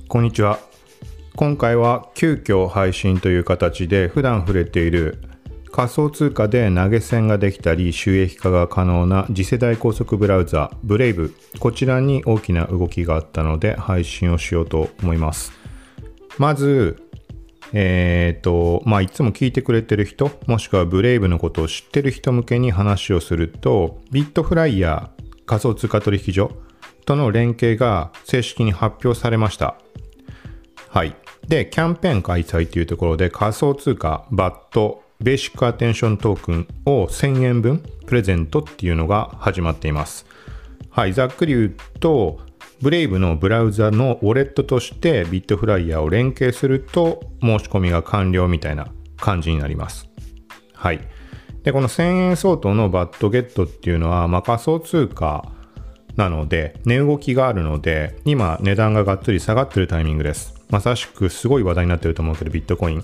こんにちは。今回は急遽配信という形で普段触れている仮想通貨で投げ銭ができたり収益化が可能な次世代高速ブラウザブレイブ、こちらに大きな動きがあったので配信をしようと思います。まずいつも聞いてくれてる人、もしくはブレイブのことを知ってる人向けに話をすると、ビットフライヤー仮想通貨取引所との連携が正式に発表されました。はい。で、キャンペーン開催というところで仮想通貨バットベーシックアテンショントークンを1000円分プレゼントっていうのが始まっています。はい。ざっくり言うと、ブレイブのブラウザのウォレットとしてビットフライヤーを連携すると申し込みが完了みたいな感じになります。はい。で、この1000円相当のバットゲットっていうのは、仮想通貨なので値動きがあるので、今値段ががっつり下がってるタイミングです。まさしくすごい話題になってると思うけど、ビットコイン。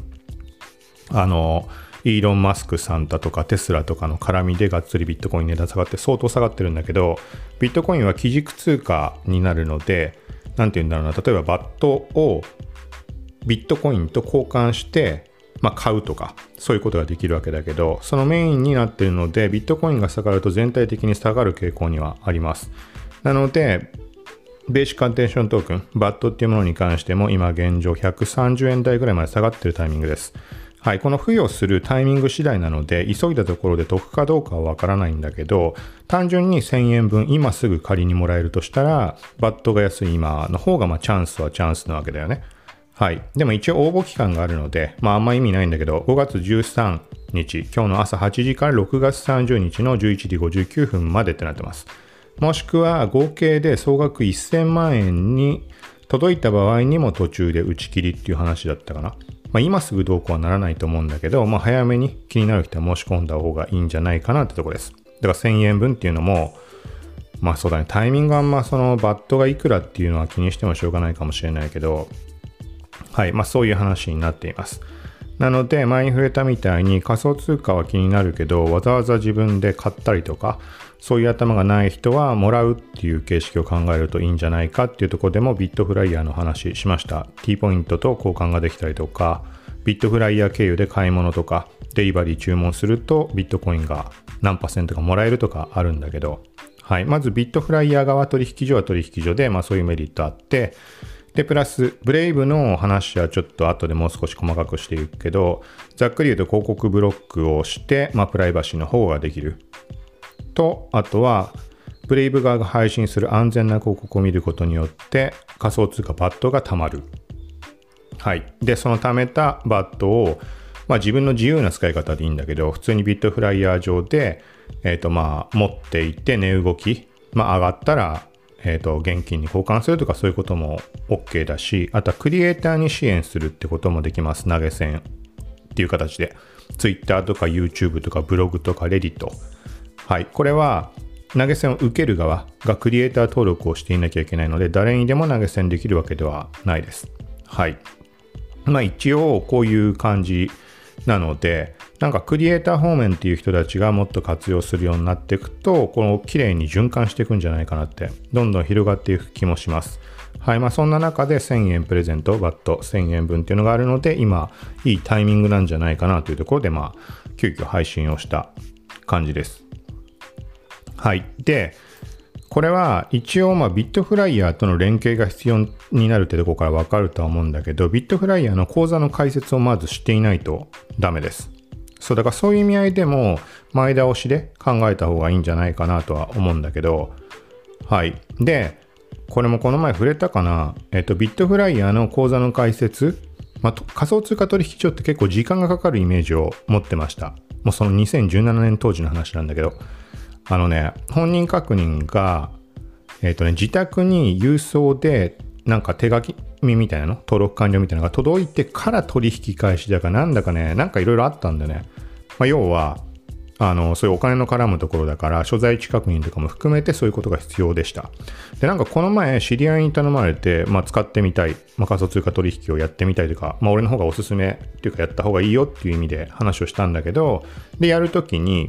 イーロン・マスクさんだとかテスラとかの絡みでがっつりビットコイン値段下がって相当下がってるんだけど、ビットコインは基軸通貨になるので、なんて言うんだろうな、例えばバットをビットコインと交換して、買うとか、そういうことができるわけだけど、そのメインになっているので、ビットコインが下がると全体的に下がる傾向にはあります。なので、ベーシックアテンショントークン、バットっていうものに関しても今現状130円台ぐらいまで下がっているタイミングです。はい、この付与するタイミング次第なので、急いだところで得かどうかはわからないんだけど、単純に1000円分今すぐ仮にもらえるとしたら、バットが安い今の方がチャンスはチャンスなわけだよね。はい。でも一応応募期間があるので、あんま意味ないんだけど、5月13日、今日の朝8時から6月30日の11時59分までってなってます。もしくは合計で総額1000万円に届いた場合にも途中で打ち切りっていう話だったかな。今すぐどうこうはならないと思うんだけど、早めに気になる人は申し込んだ方がいいんじゃないかなってところです。だから1000円分っていうのも、そうだね、タイミングはそのバットがいくらっていうのは気にしてもしょうがないかもしれないけど、はい、そういう話になっています。なので、前に触れたみたいに仮想通貨は気になるけど、わざわざ自分で買ったりとか、そういう頭がない人はもらうっていう形式を考えるといいんじゃないかっていうところでもビットフライヤーの話しました。T ポイントと交換ができたりとか、ビットフライヤー経由で買い物とか、デリバリー注文するとビットコインが何%かもらえるとかあるんだけど、はい、まずビットフライヤー側取引所は取引所で、そういうメリットあって、で、プラス、ブレイブの話はちょっと後でもう少し細かくしていくけど、ざっくり言うと広告ブロックをして、プライバシーの保護ができる。と、あとは、ブレイブ側が配信する安全な広告を見ることによって、仮想通貨バットが貯まる。はい。で、その貯めたバットを、自分の自由な使い方でいいんだけど、普通にビットフライヤー上で、持っていって値動き、上がったら、現金に交換するとかそういうことも OK だし、あとはクリエイターに支援するってこともできます。投げ銭っていう形で。Twitter とか YouTube とかブログとか Reddit。はい。これは投げ銭を受ける側がクリエイター登録をしていなきゃいけないので、誰にでも投げ銭できるわけではないです。はい。一応こういう感じなので、クリエイター方面っていう人たちがもっと活用するようになっていくと、この綺麗に循環していくんじゃないかなって、どんどん広がっていく気もします。はい。そんな中で1000円プレゼント、バット1000円分っていうのがあるので、今、いいタイミングなんじゃないかなというところで、急遽配信をした感じです。はい。で、これは一応ビットフライヤーとの連携が必要になるってところから分かるとは思うんだけど、ビットフライヤーの口座の開設をまずしていないとダメです。だからそういう意味合いでも前倒しで考えた方がいいんじゃないかなとは思うんだけど、はい。で、これもこの前触れたかな、ビットフライヤーの口座の開設、仮想通貨取引所って結構時間がかかるイメージを持ってました。もうその2017年当時の話なんだけど、本人確認が、自宅に郵送で手書きみたいなの、登録完了みたいなのが届いてから取引開始だかなんだかね、いろいろあったんだよね。要は、そういうお金の絡むところだから、所在地確認とかも含めてそういうことが必要でした。で、この前、知り合いに頼まれて、使ってみたい、仮想通貨取引をやってみたいとか、俺の方がおすすめっていうか、やった方がいいよっていう意味で話をしたんだけど、で、やるときに、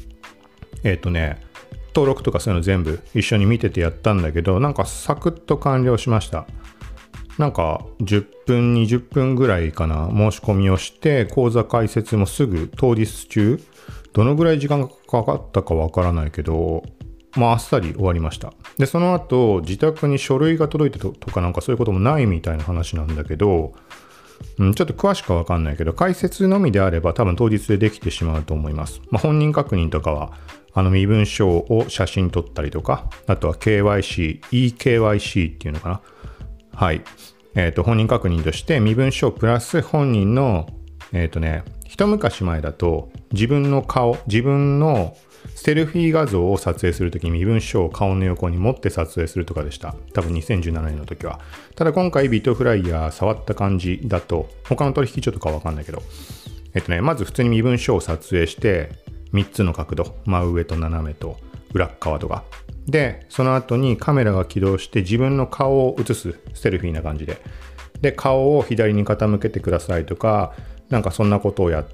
登録とかそういうの全部一緒に見ててやったんだけど、サクッと完了しました。 なんか10分20分ぐらいかな、申し込みをして、口座開設もすぐ当日中、どのぐらい時間がかかったかわからないけど、あっさり終わりました。で、その後、自宅に書類が届いてとかなんかそういうこともないみたいな話なんだけど、ちょっと詳しくはわかんないけど、開設のみであれば多分当日でできてしまうと思います。本人確認とかは、身分証を写真撮ったりとか、あとは KYC、eKYC っていうのかな。はい。本人確認として身分証プラス本人の、一昔前だと自分のセルフィー画像を撮影するときに身分証を顔の横に持って撮影するとかでした。多分2017年の時は。ただ今回ビットフライヤー触った感じだと、他の取引所とかわかんないけど、まず普通に身分証を撮影して、3つの角度、真上と斜めと裏側とか。で、その後にカメラが起動して自分の顔を映す、セルフィーな感じで。で、顔を左に傾けてくださいとか、なんかそんなことをやって、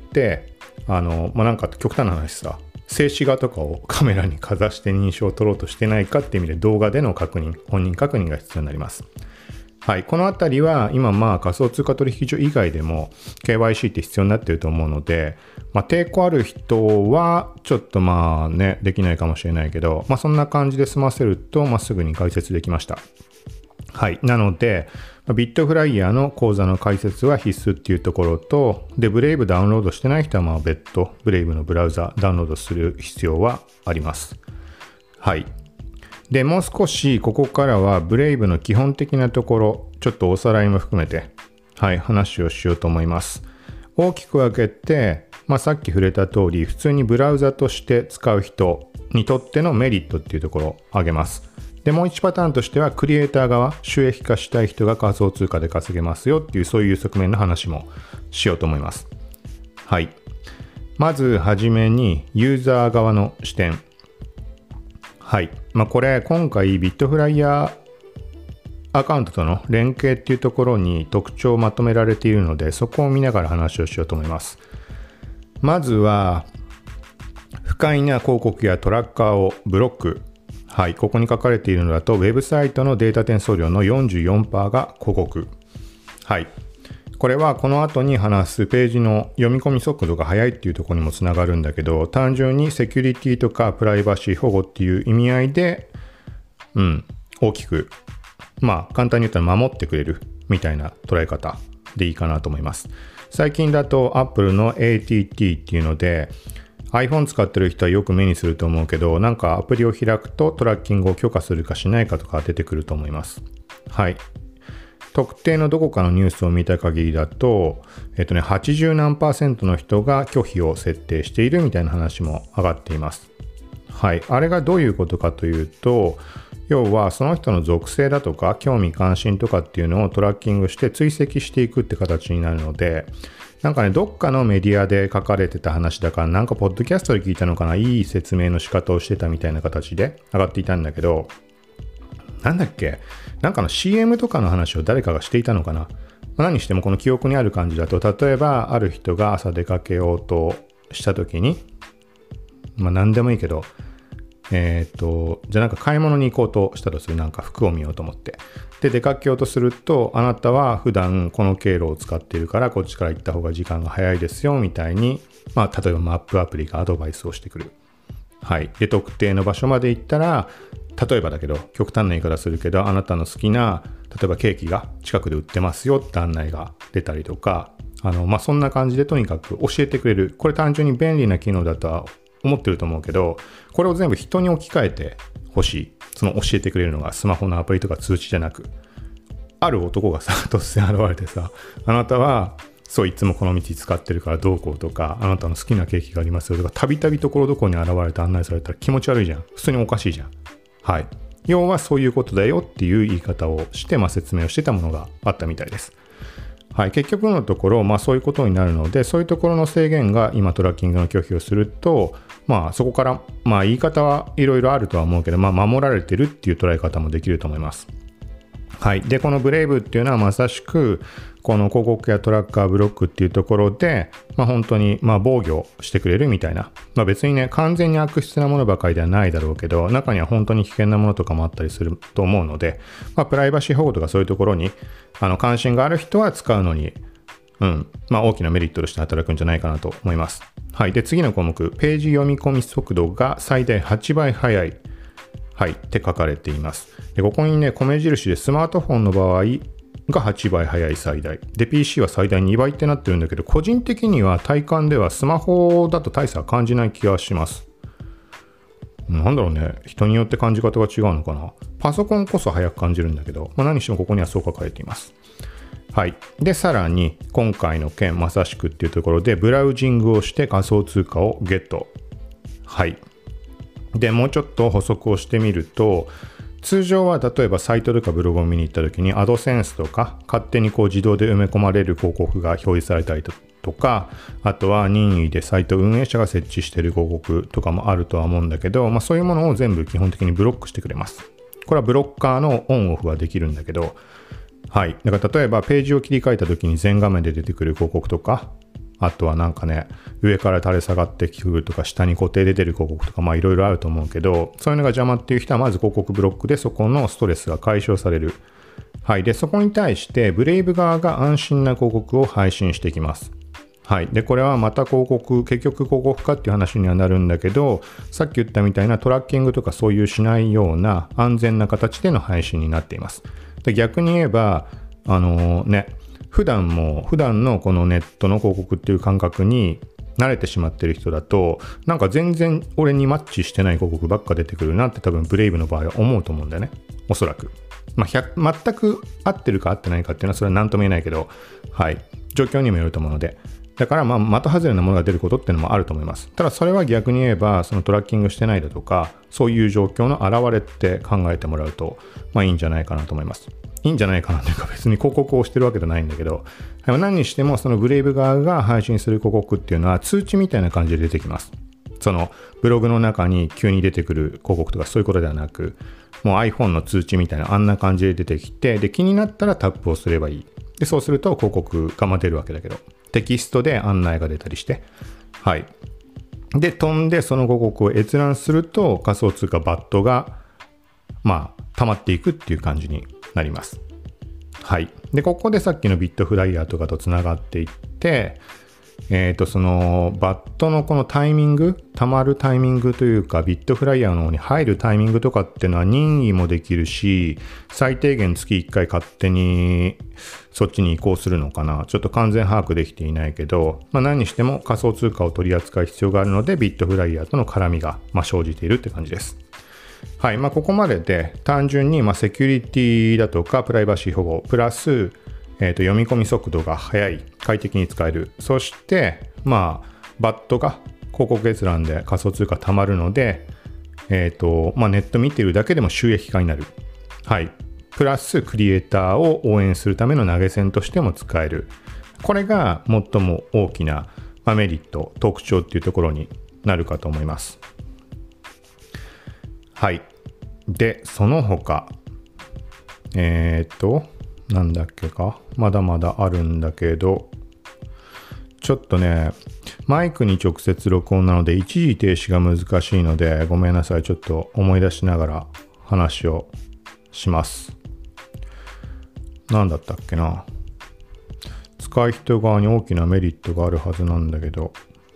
なんか極端な話さ、静止画とかをカメラにかざして認証を取ろうとしてないかっていう意味で動画での確認、本人確認が必要になります。はい。このあたりは今仮想通貨取引所以外でも KYC って必要になっていると思うので、抵抗ある人はちょっとできないかもしれないけど、そんな感じで済ませると、すぐに開設できました。はい。なので、ビットフライヤーの口座の開設は必須っていうところと、で、ブレイブダウンロードしてない人は別途、ブレイブのブラウザダウンロードする必要はあります。はい。で、もう少しここからはブレイブの基本的なところ、ちょっとおさらいも含めて、はい、話をしようと思います。大きく分けて、さっき触れた通り、普通にブラウザとして使う人にとってのメリットっていうところを挙げます。で、もう1パターンとしては、クリエイター側、収益化したい人が仮想通貨で稼げますよっていう、そういう側面の話もしようと思います。はい。まずはじめに、ユーザー側の視点。はい。これ、今回、ビットフライヤーアカウントとの連携っていうところに特徴をまとめられているので、そこを見ながら話をしようと思います。まずは、不快な広告やトラッカーをブロック。はい、ここに書かれているのだと、ウェブサイトのデータ転送量の 44% が広告。はい。これはこの後に話すページの読み込み速度が速いっていうところにもつながるんだけど、単純にセキュリティとかプライバシー保護っていう意味合いで、大きく、簡単に言ったら守ってくれるみたいな捉え方でいいかなと思います。最近だと Apple の ATT っていうので、iPhone 使ってる人はよく目にすると思うけど、なんかアプリを開くとトラッキングを許可するかしないかとか出てくると思います。はい。特定のどこかのニュースを見た限りだと、80何%の人が拒否を設定しているみたいな話も上がっています。はい。あれがどういうことかというと、要はその人の属性だとか興味関心とかっていうのをトラッキングして追跡していくって形になるので、なんかね、どっかのメディアで書かれてた話だから、なんかポッドキャストで聞いたのかな、いい説明の仕方をしてたみたいな形で上がっていたんだけど、なんだっけ、なんかの CM とかの話を誰かがしていたのかな。何にしてもこの記憶にある感じだと、例えばある人が朝出かけようとした時に、何でもいいけど、じゃあなんか買い物に行こうとしたとする、なんか服を見ようと思って。で、出かけようとすると、あなたは普段この経路を使っているから、こっちから行った方が時間が早いですよ、みたいに、例えばマップアプリがアドバイスをしてくる。はい。で、特定の場所まで行ったら、例えばだけど、極端な言い方するけど、あなたの好きな、例えばケーキが近くで売ってますよって案内が出たりとか、そんな感じでとにかく教えてくれる。これ単純に便利な機能だとは思ってると思うけど、これを全部人に置き換えてほしい。その教えてくれるのがスマホのアプリとか通知じゃなく、ある男がさ、突然現れてさ、あなたはそういつもこの道使ってるからどうこうとか、あなたの好きなケーキがありますよとか、たびたびところどころに現れて案内されたら気持ち悪いじゃん。普通におかしいじゃん。はい。要はそういうことだよっていう言い方をして、説明をしてたものがあったみたいです。はい、結局のところ、そういうことになるので、そういうところの制限が今トラッキングの拒否をすると、そこから、言い方はいろいろあるとは思うけど、守られてるっていう捉え方もできると思います。 はい。で、このブレイブっていうのはまさしく、この広告やトラッカーブロックっていうところで、本当に防御してくれるみたいな。別にね、完全に悪質なものばかりではないだろうけど、中には本当に危険なものとかもあったりすると思うので、プライバシー保護とかそういうところに、関心がある人は使うのに、大きなメリットとして働くんじゃないかなと思います。はい。で、次の項目、ページ読み込み速度が最大8倍速い。はい。って書かれています。で、ここにね、米印でスマートフォンの場合が8倍速い最大。で、PC は最大2倍ってなってるんだけど、個人的には体感ではスマホだと大差は感じない気がします。なんだろうね。人によって感じ方が違うのかな。パソコンこそ早く感じるんだけど、何してもここにはそう書かれています。はい。で、さらに、今回の件、まさしくっていうところで、ブラウジングをして仮想通貨をゲット。はい。で、もうちょっと補足をしてみると、通常は例えばサイトとかブログを見に行った時に、アドセンスとか、勝手に自動で埋め込まれる広告が表示されたりとか、あとは任意でサイト運営者が設置している広告とかもあるとは思うんだけど、そういうものを全部基本的にブロックしてくれます。これはブロッカーのオンオフはできるんだけど、はい。だから例えばページを切り替えた時に全画面で出てくる広告とか、あとは上から垂れ下がってくるとか、下に固定で出る広告とか、いろいろあると思うけど、そういうのが邪魔っていう人はまず広告ブロックでそこのストレスが解消される。はい。で、そこに対してブレイブ側が安心な広告を配信していきます。はい。で、これはまた結局広告化っていう話にはなるんだけど、さっき言ったみたいなトラッキングとかそういうしないような安全な形での配信になっています。で、逆に言えば、普段のこのネットの広告っていう感覚に慣れてしまってる人だと、全然俺にマッチしてない広告ばっか出てくるなって多分ブレイブの場合は思うと思うんだよね。おそらく。全く合ってるか合ってないかっていうのはそれは何とも言えないけど、はい。状況にもよると思うので。だから的外れなものが出ることっていうのもあると思います。ただそれは逆に言えば、そのトラッキングしてないだとか、そういう状況の表れって考えてもらうと、いいんじゃないかなと思います。いいんじゃないかなというか、別に広告をしてるわけじゃないんだけど、何にしてもそのブレイブ側が配信する広告っていうのは通知みたいな感じで出てきます。そのブログの中に急に出てくる広告とかそういうことではなく、もう iPhone の通知みたいなあんな感じで出てきて、で気になったらタップをすればいい。でそうすると広告が出るわけだけど、テキストで案内が出たりして、はい。で飛んでその広告を閲覧すると仮想通貨バットが溜まっていくっていう感じになります。はい。で、ここでさっきのビットフライヤーとかとつながっていって、そのバットのこのタイミング、溜まるタイミングというか、ビットフライヤーの方に入るタイミングとかっていうのは任意もできるし、最低限月1回勝手にそっちに移行するのかな。ちょっと完全把握できていないけど、何にしても仮想通貨を取り扱う必要があるので、ビットフライヤーとの絡みが生じているって感じです。はい。ここまでで単純にセキュリティだとかプライバシー保護プラス、読み込み速度が速い、快適に使える。そしてバットが広告閲覧で仮想通貨貯まるので、ネット見てるだけでも収益化になる。はい。プラスクリエイターを応援するための投げ銭としても使える。これが最も大きなメリット、特徴っていうところになるかと思います。はい。で、その他、なんだっけか。まだまだあるんだけど、ちょっとね、マイクに直接録音なので一時停止が難しいので、ごめんなさい。ちょっと思い出しながら話をします。なんだったっけな。使い人側に大きなメリットがあるはずなんだけど、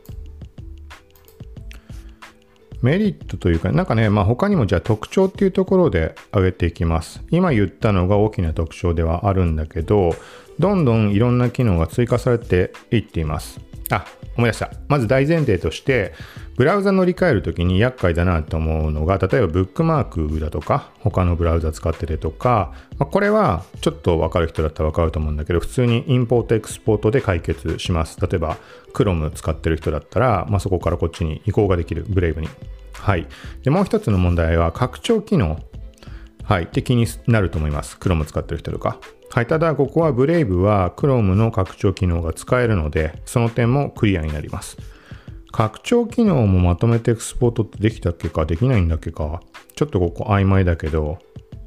メリットというか、他にもじゃあ特徴っていうところで挙げていきます。今言ったのが大きな特徴ではあるんだけど、どんどんいろんな機能が追加されていっています。思い出した。まず大前提として、ブラウザ乗り換えるときに厄介だなと思うのが、例えばブックマークだとか、他のブラウザ使っててとか、これはちょっと分かる人だったら分かると思うんだけど、普通にインポートエクスポートで解決します。例えば Chrome 使ってる人だったら、そこからこっちに移行ができる、ブレイブに。はい。で、もう一つの問題は拡張機能。はい。って気になると思います。Chrome 使ってる人とか。はい。ただ、ここはブレイブは Chrome の拡張機能が使えるので、その点もクリアになります。拡張機能もまとめてエクスポートってできたっけか、できないんだっけか。ちょっとここ曖昧だけど、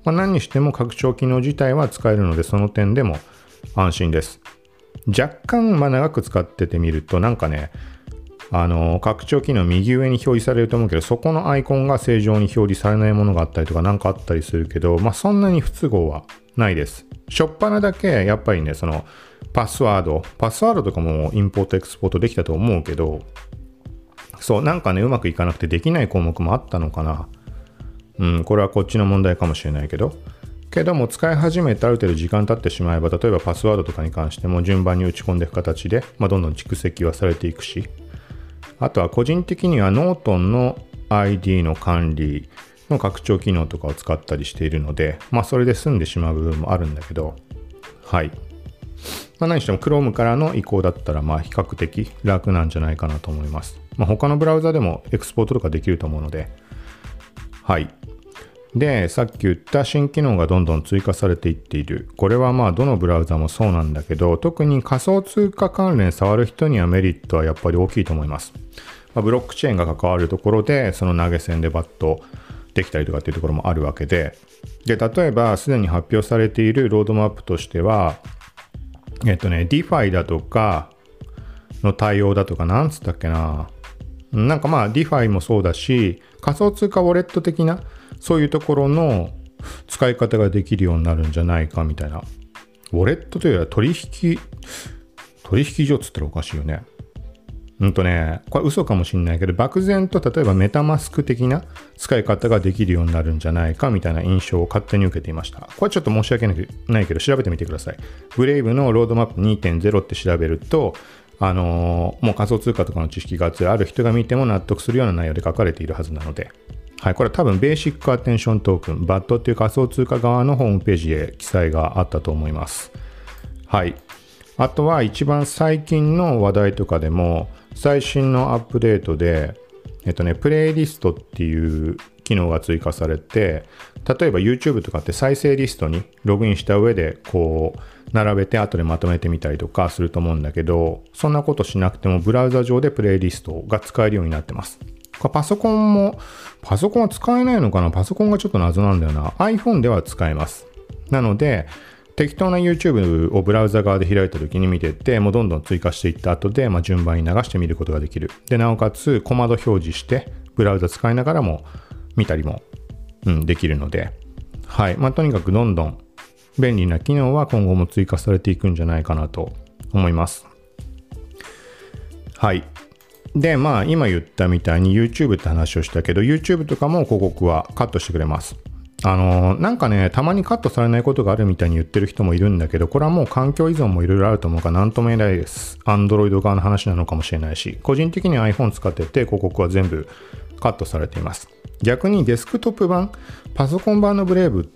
何にしても拡張機能自体は使えるので、その点でも安心です。若干、長く使っててみると、なんかね、拡張機能右上に表示されると思うけど、そこのアイコンが正常に表示されないものがあったりとかなんかあったりするけど、そんなに不都合はないです。しょっぱなだけやっぱりね、そのパスワードとかもインポートエクスポートできたと思うけど、そうなんかねうまくいかなくてできない項目もあったのかな。これはこっちの問題かもしれないけども使い始めてある程度時間経ってしまえば、例えばパスワードとかに関しても順番に打ち込んでいく形で、どんどん蓄積はされていくし、あとは個人的にはノートンの ID の管理の拡張機能とかを使ったりしているので、それで済んでしまう部分もあるんだけど、はい。何しても Chrome からの移行だったら比較的楽なんじゃないかなと思います。他のブラウザでもエクスポートとかできると思うので、はい。で、さっき言った新機能がどんどん追加されていっている。これはどのブラウザもそうなんだけど、特に仮想通貨関連触る人にはメリットはやっぱり大きいと思います。ブロックチェーンが関わるところで、その投げ銭でバッとできたりとかっていうところもあるわけで、例えばすでに発表されているロードマップとしては、DeFi だとかの対応だとか、なんつったっけな。なんかDeFi もそうだし、仮想通貨ウォレット的な、そういうところの使い方ができるようになるんじゃないかみたいな。ウォレットというよりは取引所っつったらおかしいよね。これ嘘かもしんないけど、漠然と例えばメタマスク的な使い方ができるようになるんじゃないかみたいな印象を勝手に受けていました。これちょっと申し訳ないけど調べてみてください。ブレイブのロードマップ 2.0 って調べると、もう仮想通貨とかの知識がある人が見ても納得するような内容で書かれているはずなので、はい、これは多分ベーシックアテンショントークン BAT っていう仮想通貨側のホームページへ記載があったと思います。はい。あとは一番最近の話題とかでも最新のアップデートでプレイリストっていう機能が追加されて、例えば YouTube とかって再生リストにログインした上で並べて後でまとめてみたりとかすると思うんだけど、そんなことしなくてもブラウザ上でプレイリストが使えるようになってます。パソコンは使えないのかな。パソコンがちょっと謎なんだよな。iPhone では使えます。なので適当な YouTube をブラウザ側で開いた時に見てってもうどんどん追加していった後で、順番に流してみることができる。でなおかつ小窓表示してブラウザ使いながらも見たりも、できるので、はい。とにかくどんどん便利な機能は今後も追加されていくんじゃないかなと思います。はい。で、今言ったみたいに YouTube って話をしたけど、YouTube とかも広告はカットしてくれます。なんかね、たまにカットされないことがあるみたいに言ってる人もいるんだけど、これはもう環境依存もいろいろあると思うから何とも言えないです。Android 側の話なのかもしれないし、個人的には iPhone 使ってて広告は全部カットされています。逆にデスクトップ版、パソコン版のブレイブって、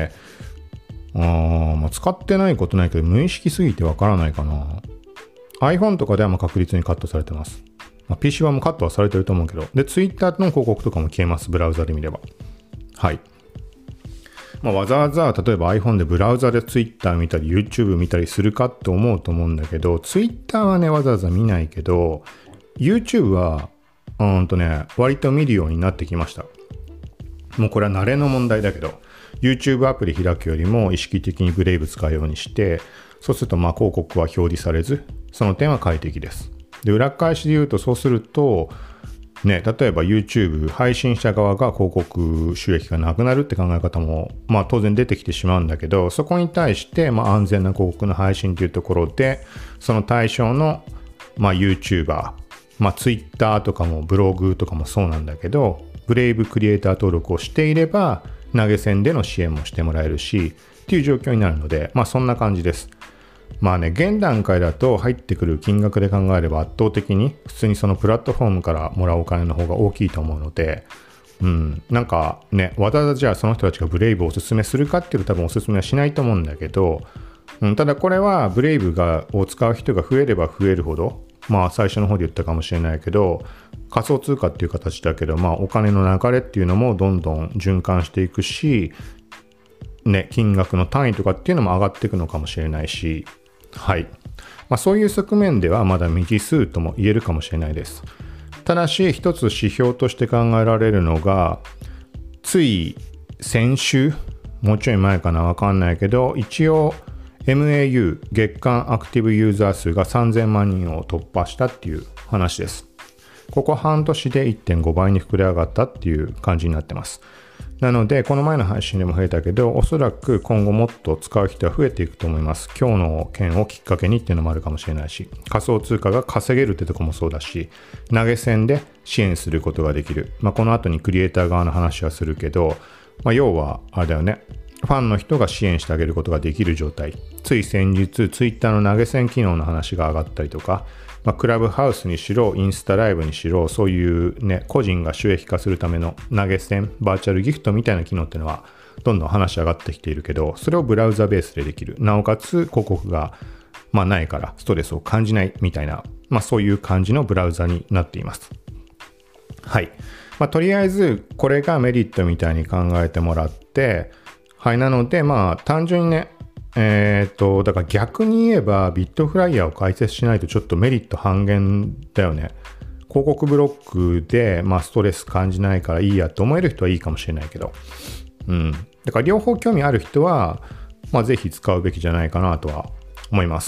使ってないことないけど無意識すぎてわからないかな。iPhone とかでは確実にカットされてます。PC 版もカットはされてると思うけど、で Twitter の広告とかも消えます。ブラウザで見れば。はい。わざわざ例えば iPhone でブラウザで Twitter 見たり YouTube 見たりするかって思うと思うんだけど、Twitter はねわざわざ見ないけど YouTube は割と見るようになってきました。もうこれは慣れの問題だけど YouTube アプリ開くよりも意識的にブレイブ使うようにして、そうすると広告は表示されず、その点は快適です。で裏返しで言うと、そうするとね、例えば YouTube 配信者側が広告収益がなくなるって考え方も当然出てきてしまうんだけど、そこに対して安全な広告の配信というところで、その対象のYouTuber、Twitter とかもブログとかもそうなんだけど、ブレイブクリエイター登録をしていれば投げ銭での支援もしてもらえるしっていう状況になるので、そんな感じです。現段階だと入ってくる金額で考えれば圧倒的に普通にそのプラットフォームからもらうお金の方が大きいと思うので、なんかね、わざわざじゃあその人たちがブレイブをおすすめするかっていうと多分おすすめはしないと思うんだけど、ただこれはブレイブを使う人が増えれば増えるほど、最初の方で言ったかもしれないけど、仮想通貨っていう形だけど、お金の流れっていうのもどんどん循環していくし、金額の単位とかっていうのも上がっていくのかもしれないし、はい。そういう側面ではまだ未知数とも言えるかもしれないです。ただし、一つ指標として考えられるのが、つい先週もうちょい前かな、わかんないけど、一応 MAU 月間アクティブユーザー数が3000万人を突破したっていう話です。ここ半年で 1.5 倍に膨れ上がったっていう感じになってます。なので、この前の配信でも増えたけど、おそらく今後もっと使う人は増えていくと思います。今日の件をきっかけにっていうのもあるかもしれないし、仮想通貨が稼げるってとこもそうだし、投げ銭で支援することができる。この後にクリエイター側の話はするけど、要は、あれだよね。ファンの人が支援してあげることができる状態。つい先日、ツイッターの投げ銭機能の話が上がったりとか、クラブハウスにしろ、インスタライブにしろ、そういうね、個人が収益化するための投げ銭、バーチャルギフトみたいな機能っていうのは、どんどん話上がってきているけど、それをブラウザベースでできる。なおかつ、広告が、ないから、ストレスを感じないみたいな、そういう感じのブラウザになっています。はい。とりあえず、これがメリットみたいに考えてもらって、はい。なので、単純にね、だから逆に言えば、ビットフライヤーを開設しないとちょっとメリット半減だよね。広告ブロックで、ストレス感じないからいいやって思える人はいいかもしれないけど。だから両方興味ある人は、ぜひ使うべきじゃないかなとは思います。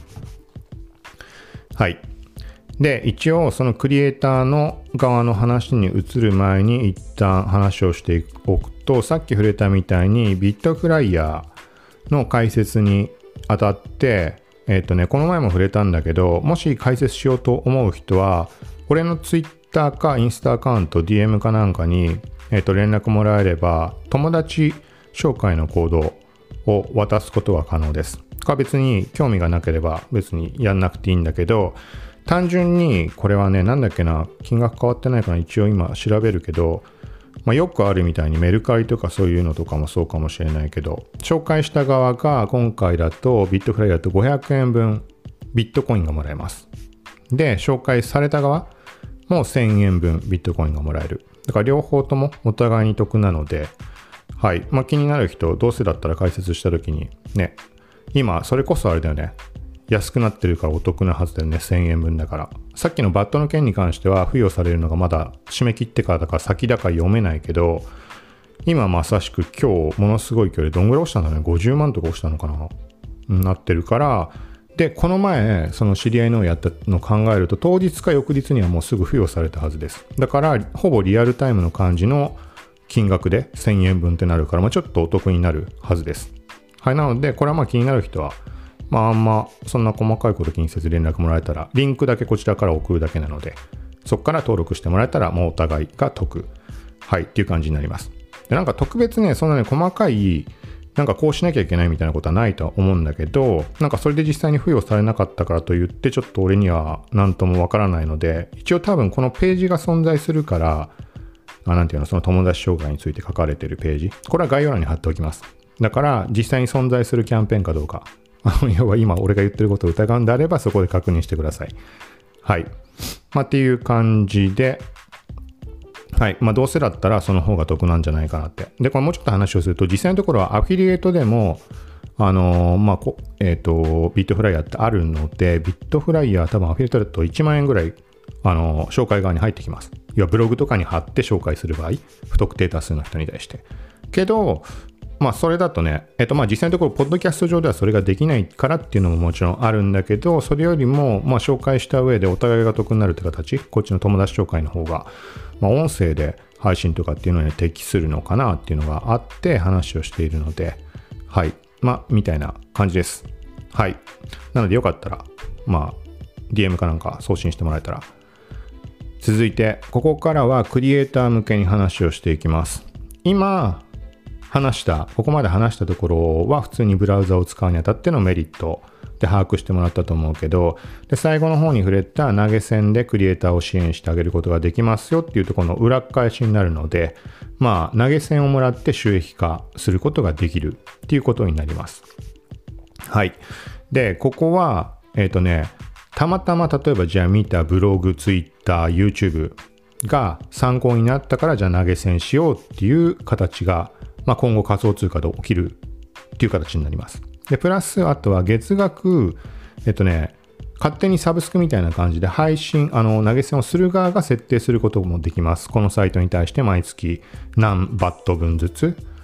はい。で、一応そのクリエイターの側の話に移る前に一旦話をしておくと、さっき触れたみたいにビットフライヤーの解説にあたって、この前も触れたんだけど、もし解説しようと思う人は、俺のツイッターかインスタアカウント、DM かなんかに、連絡もらえれば、友達紹介のコードを渡すことは可能です。別に興味がなければ別にやんなくていいんだけど、単純にこれはね、なんだっけな、金額変わってないかな、一応今調べるけど、よくあるみたいにメルカリとかそういうのとかもそうかもしれないけど、紹介した側が今回だとビットフライだと500円分ビットコインがもらえます。で、紹介された側も1000円分ビットコインがもらえる。だから両方ともお互いに得なので、はい。気になる人、どうせだったら解説した時にね、今それこそあれだよね。安くなってるからお得なはずだよね。1000円分だから。さっきのバットの件に関しては付与されるのがまだ締め切ってからだから先だから読めないけど、今まさしく今日ものすごい距離どんぐらい落ちたんだね。50万とか落ちたのかな、なってるから。で、この前その知り合いのをやったのを考えると、当日か翌日にはもうすぐ付与されたはずです。だからほぼリアルタイムの感じの金額で1000円分ってなるから、ちょっとお得になるはずです。はい。なのでこれは気になる人はあんまそんな細かいこと気にせず連絡もらえたら、リンクだけこちらから送るだけなので、そこから登録してもらえたらもうお互いが得。はいっていう感じになります。で、なんか特別ね、そんなね細かいなんかこうしなきゃいけないみたいなことはないとは思うんだけど、なんかそれで実際に付与されなかったからといってちょっと俺には何ともわからないので、一応多分このページが存在するから、なんていうの、その友達紹介について書かれているページ、これは概要欄に貼っておきます。だから実際に存在するキャンペーンかどうか、要は今俺が言ってることを疑うんであればそこで確認してください。はい。っていう感じで、はい。どうせだったらその方が得なんじゃないかなって。で、これもうちょっと話をすると、実際のところはアフィリエイトでも、ビットフライヤーってあるので、ビットフライヤー多分アフィリエイトだと1万円ぐらい、紹介側に入ってきます。要はブログとかに貼って紹介する場合、不特定多数の人に対して。けど、それだとね、実際のところ、ポッドキャスト上ではそれができないからっていうのももちろんあるんだけど、それよりも、紹介した上でお互いが得になるって形、こっちの友達紹介の方が、音声で配信とかっていうのに適するのかなっていうのがあって話をしているので、はい。みたいな感じです。はい。なのでよかったら、DM かなんか送信してもらえたら。続いて、ここからはクリエイター向けに話をしていきます。今、ここまで話したところは普通にブラウザを使うにあたってのメリットで把握してもらったと思うけど、で、最後の方に触れた投げ銭でクリエイターを支援してあげることができますよっていうところの裏返しになるので、投げ銭をもらって収益化することができるっていうことになります。はい。で、ここは、たまたま例えばじゃあ見たブログ、ツイッター、YouTube が参考になったからじゃあ投げ銭しようっていう形が今後仮想通貨で起きるっていう形になります。で、プラス、あとは月額、勝手にサブスクみたいな感じで配信、投げ銭をする側が設定することもできます。このサイトに対して毎月何バット分ずつ、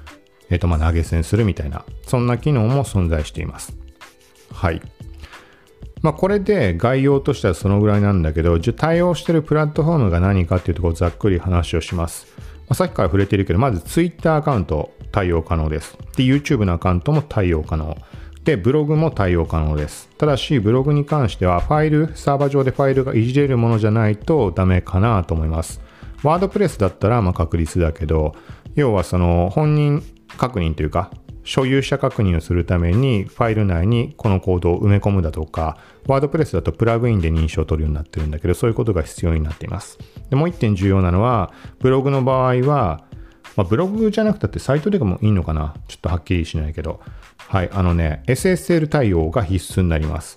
投げ銭するみたいな、そんな機能も存在しています。はい。これで概要としてはそのぐらいなんだけど、対応しているプラットフォームが何かっていうところをざっくり話をします。さっきから触れているけど、まず Twitter アカウント対応可能です。で、YouTube のアカウントも対応可能。で、ブログも対応可能です。ただし、ブログに関してはサーバー上でファイルがいじれるものじゃないとダメかなと思います。ワードプレスだったら確率だけど、要はその本人確認というか、所有者確認をするためにファイル内にこのコードを埋め込むだとか、ワードプレスだとプラグインで認証を取るようになってるんだけど、そういうことが必要になっています。で、もう一点重要なのは、ブログの場合は、ブログじゃなくたってサイトでもいいのかな、ちょっとはっきりしないけど、はい、SSL 対応が必須になります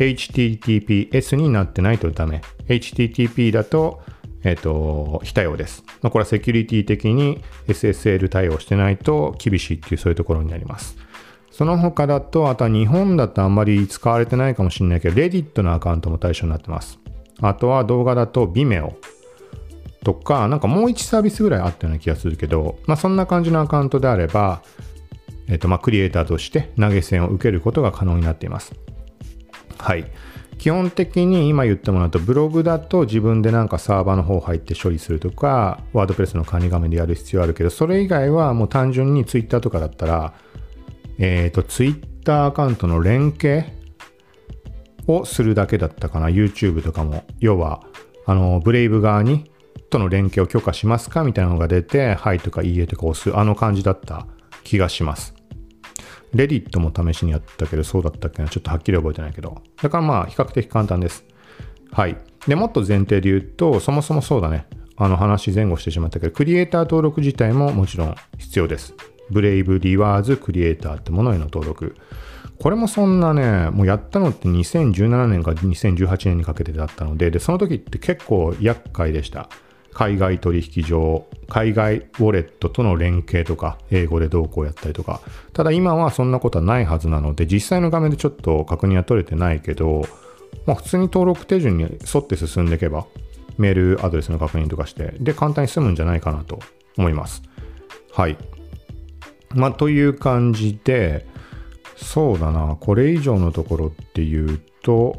。HTTPS になってないとダメ。HTTP だと非対応です。これはセキュリティ的に SSL 対応してないと厳しいっていうそういうところになります。その他だと、あとは日本だとあんまり使われてないかもしれないけど、Reddit のアカウントも対象になってます。あとは動画だと Vimeo とか、もう1サービスぐらいあったような気がするけど、そんな感じのアカウントであれば、クリエイターとして投げ銭を受けることが可能になっています。はい。基本的に今言ったものだと、ブログだと自分でサーバーの方入って処理するとか、ワードプレスの管理画面でやる必要あるけど、それ以外はもう単純に Twitter とかだったら、Twitter アカウントの連携をするだけだったかな。YouTube とかも。要は、ブレイブ側との連携を許可しますかみたいなのが出て、はいとかいいえとか押す、感じだった気がします。レディットも試しにやったけど、そうだったっけな、ちょっとはっきり覚えてないけど。だから比較的簡単です。はい。で、もっと前提で言うと、そもそもそうだね。話前後してしまったけど、クリエイター登録自体ももちろん必要です。ブレイブリワーズクリエイターってものへの登録。これもそんなね、もうやったのって2017年から2018年にかけてだったので、その時って結構厄介でした。海外取引所、海外ウォレットとの連携とか、英語でどうこうやったりとか。ただ今はそんなことはないはずなので、実際の画面でちょっと確認は取れてないけど、普通に登録手順に沿って進んでいけば、メールアドレスの確認とかして、で、簡単に済むんじゃないかなと思います。はい。という感じで、そうだな、これ以上のところっていうと、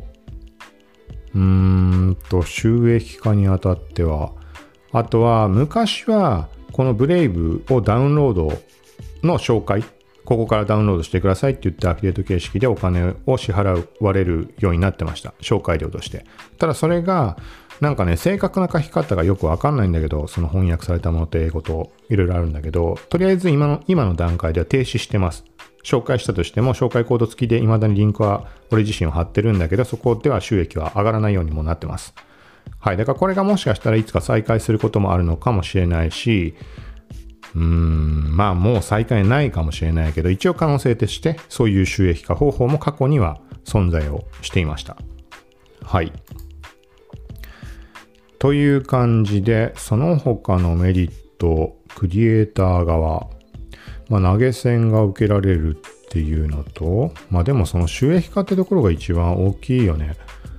収益化にあたっては、あとは昔はこのブレイブをダウンロードの紹介、ここからダウンロードしてくださいって言ってアフィリエイト形式でお金を支払われるようになってました。紹介料として。ただそれが正確な書き方がよくわかんないんだけど、その翻訳されたものと英語といろいろあるんだけど、とりあえず今の段階では停止してます。紹介したとしても紹介コード付きで未だにリンクは俺自身を貼ってるんだけど、そこでは収益は上がらないようにもなってます。はい。だからこれがもしかしたらいつか再開することもあるのかもしれないし、もう再開ないかもしれないけど、一応可能性としてそういう収益化方法も過去には存在をしていました。はい。という感じで、その他のメリット、クリエイター側、投げ銭が受けられるっていうのと、でもその収益化ってところが一番大きいよね。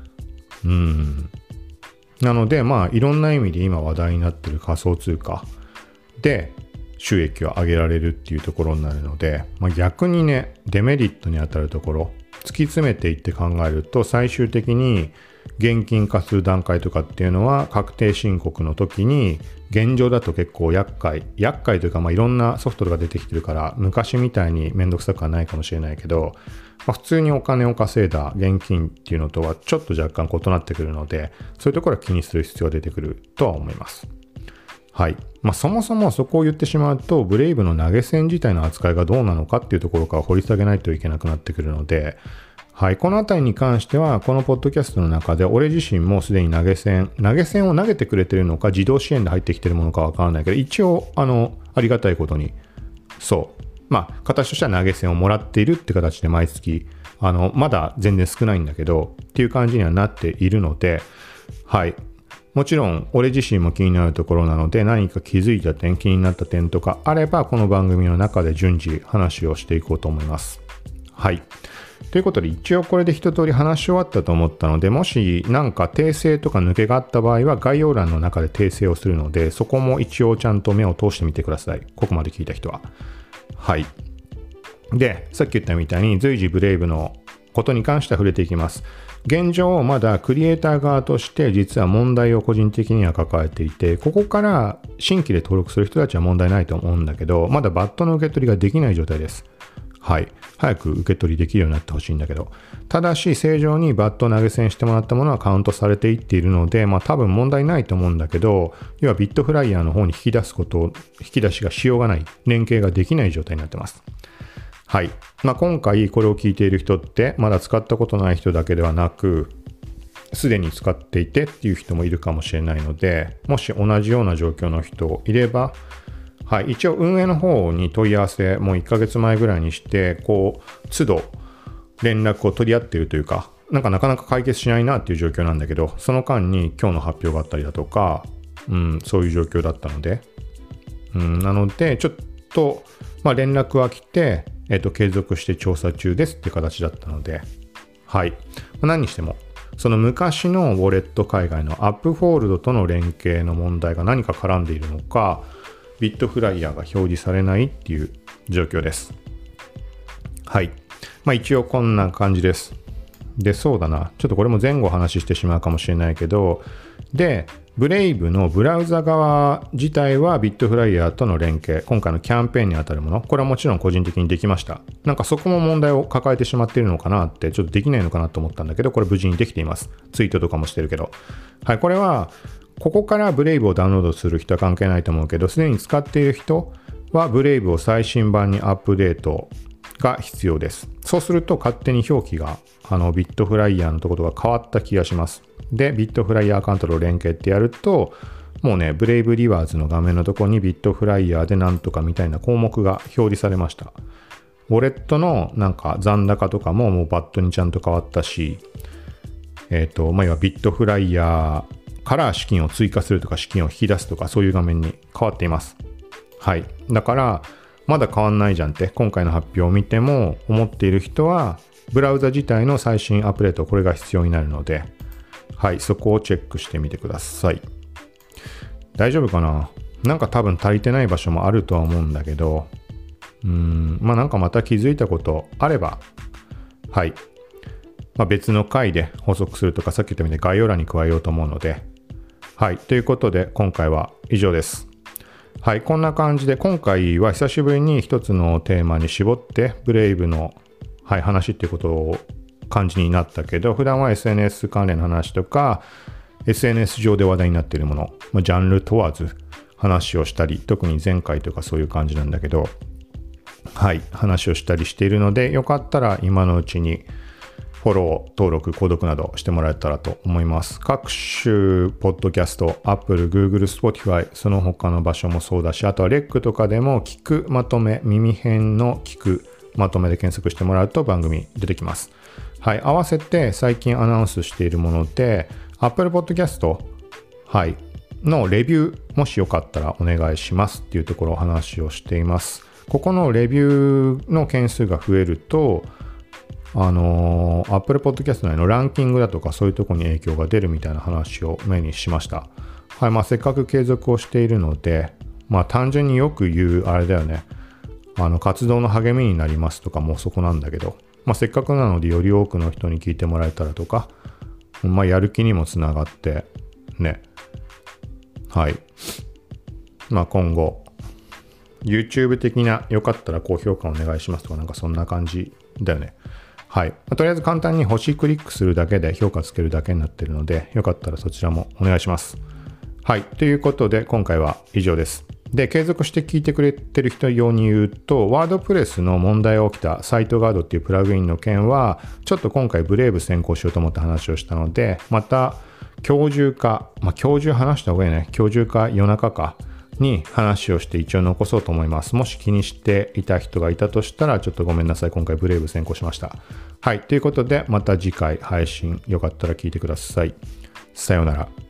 なので、いろんな意味で今話題になっている仮想通貨で収益を上げられるっていうところになるので、逆にね、デメリットに当たるところ、突き詰めていって考えると、最終的に現金化する段階とかっていうのは、確定申告の時に、現状だと結構厄介というか、いろんなソフトが出てきてるから、昔みたいにめんどくさくはないかもしれないけど、普通にお金を稼いだ現金っていうのとはちょっと若干異なってくるので、そういうところは気にする必要が出てくるとは思います。はい。そもそもそこを言ってしまうと、ブレイブの投げ銭自体の扱いがどうなのかっていうところから掘り下げないといけなくなってくるので、はい。このあたりに関しては、このポッドキャストの中で、俺自身もすでに投げ銭を投げてくれてるのか、自動支援で入ってきてるものかわからないけど、一応、ありがたいことに、そう。形としては投げ銭をもらっているって形で毎月、まだ全然少ないんだけど、っていう感じにはなっているので、はい。もちろん、俺自身も気になるところなので、何か気づいた点、気になった点とかあれば、この番組の中で順次話をしていこうと思います。はい。ということで、一応これで一通り話し終わったと思ったので、もし訂正とか抜けがあった場合は、概要欄の中で訂正をするので、そこも一応ちゃんと目を通してみてください。ここまで聞いた人は。 はい。で、さっき言ったみたいに随時ブレイブのことに関しては触れていきます。現状、まだクリエイター側として実は問題を個人的には抱えていて、ここから新規で登録する人たちは問題ないと思うんだけど、まだバットの受け取りができない状態です。はい。早く受け取りできるようになってほしいんだけど。ただし、正常にバット投げ銭してもらったものはカウントされていっているので、多分問題ないと思うんだけど、要はビットフライヤーの方に引き出しがしようがない、連携ができない状態になってます。はい。今回これを聞いている人って、まだ使ったことない人だけではなく、すでに使っていてっていう人もいるかもしれないので、もし同じような状況の人いれば、はい。一応運営の方に問い合わせ、もう1ヶ月前ぐらいにして、都度連絡を取り合っているというか、なかなか解決しないなっていう状況なんだけど、その間に今日の発表があったりだとか、そういう状況だったので、なので、ちょっと、連絡は来て、継続して調査中ですっていう形だったので、はい。何にしても、その昔のウォレット海外のアップフォールドとの連携の問題が何か絡んでいるのか、ビットフライヤーが表示されないっていう状況です。はい。一応こんな感じです。で、そうだな。ちょっとこれも前後話してしまうかもしれないけど、で、ブレイブのブラウザ側自体はビットフライヤーとの連携、今回のキャンペーンに当たるもの、これはもちろん個人的にできました。そこも問題を抱えてしまっているのかなって、ちょっとできないのかなと思ったんだけど、これ無事にできています。ツイートとかもしてるけど。はい、これは、ここからブレイブをダウンロードする人は関係ないと思うけど、すでに使っている人はブレイブを最新版にアップデートが必要です。そうすると勝手に表記がビットフライヤーのところが変わった気がします。で、ビットフライヤーアカウントと連携ってやると、もうね、ブレイブリワーズの画面のところにビットフライヤーでなんとかみたいな項目が表示されました。ウォレットの残高とかももうバットにちゃんと変わったし、要はビットフライヤーから資金を追加するとか資金を引き出すとかそういう画面に変わっています。はい。だから、まだ変わんないじゃんって今回の発表を見ても思っている人は、ブラウザ自体の最新アップデート、これが必要になるので、はい、そこをチェックしてみてください。大丈夫かな？多分足りてない場所もあるとは思うんだけど、また気づいたことあれば、はい。別の回で補足するとか、さっき言ったみたいに概要欄に加えようと思うので、はい。ということで、今回は以上です。はい。こんな感じで、今回は久しぶりに一つのテーマに絞って、ブレイブの、はい、話っていうことを感じになったけど、普段は SNS 関連の話とか、SNS 上で話題になっているもの、ジャンル問わず話をしたり、特に前回とかそういう感じなんだけど、はい、話をしたりしているので、よかったら今のうちにフォロー、登録、購読などしてもらえたらと思います。各種ポッドキャスト、Apple、Google、Spotify、その他の場所もそうだし、あとはレックとかでも聞くまとめ、耳編の聞くまとめで検索してもらうと番組出てきます。はい、合わせて最近アナウンスしているもので、Apple Podcast、はい、のレビュー、もしよかったらお願いしますっていうところを話をしています。ここのレビューの件数が増えると、Apple Podcast のランキングだとかそういうところに影響が出るみたいな話を目にしました。はい、せっかく継続をしているので、単純によく言うあれだよね。活動の励みになりますとかもそこなんだけど、せっかくなのでより多くの人に聞いてもらえたらとか、やる気にもつながってね。はい。今後 YouTube 的なよかったら高評価お願いしますとかそんな感じだよね。はい。とりあえず簡単に星クリックするだけで評価つけるだけになっているので、よかったらそちらもお願いします。はい。ということで今回は以上です。で、継続して聞いてくれてる人用に言うと、ワードプレスの問題が起きたサイトガードっていうプラグインの件は、ちょっと今回ブレイブ先行しようと思って話をしたので、また今日中か、今日中話した方がいいね。今日中か夜中かに話をして一応残そうと思います。もし気にしていた人がいたとしたら、ちょっとごめんなさい。今回ブレイブ先行しました。はい。ということで、また次回配信よかったら聞いてください。さようなら。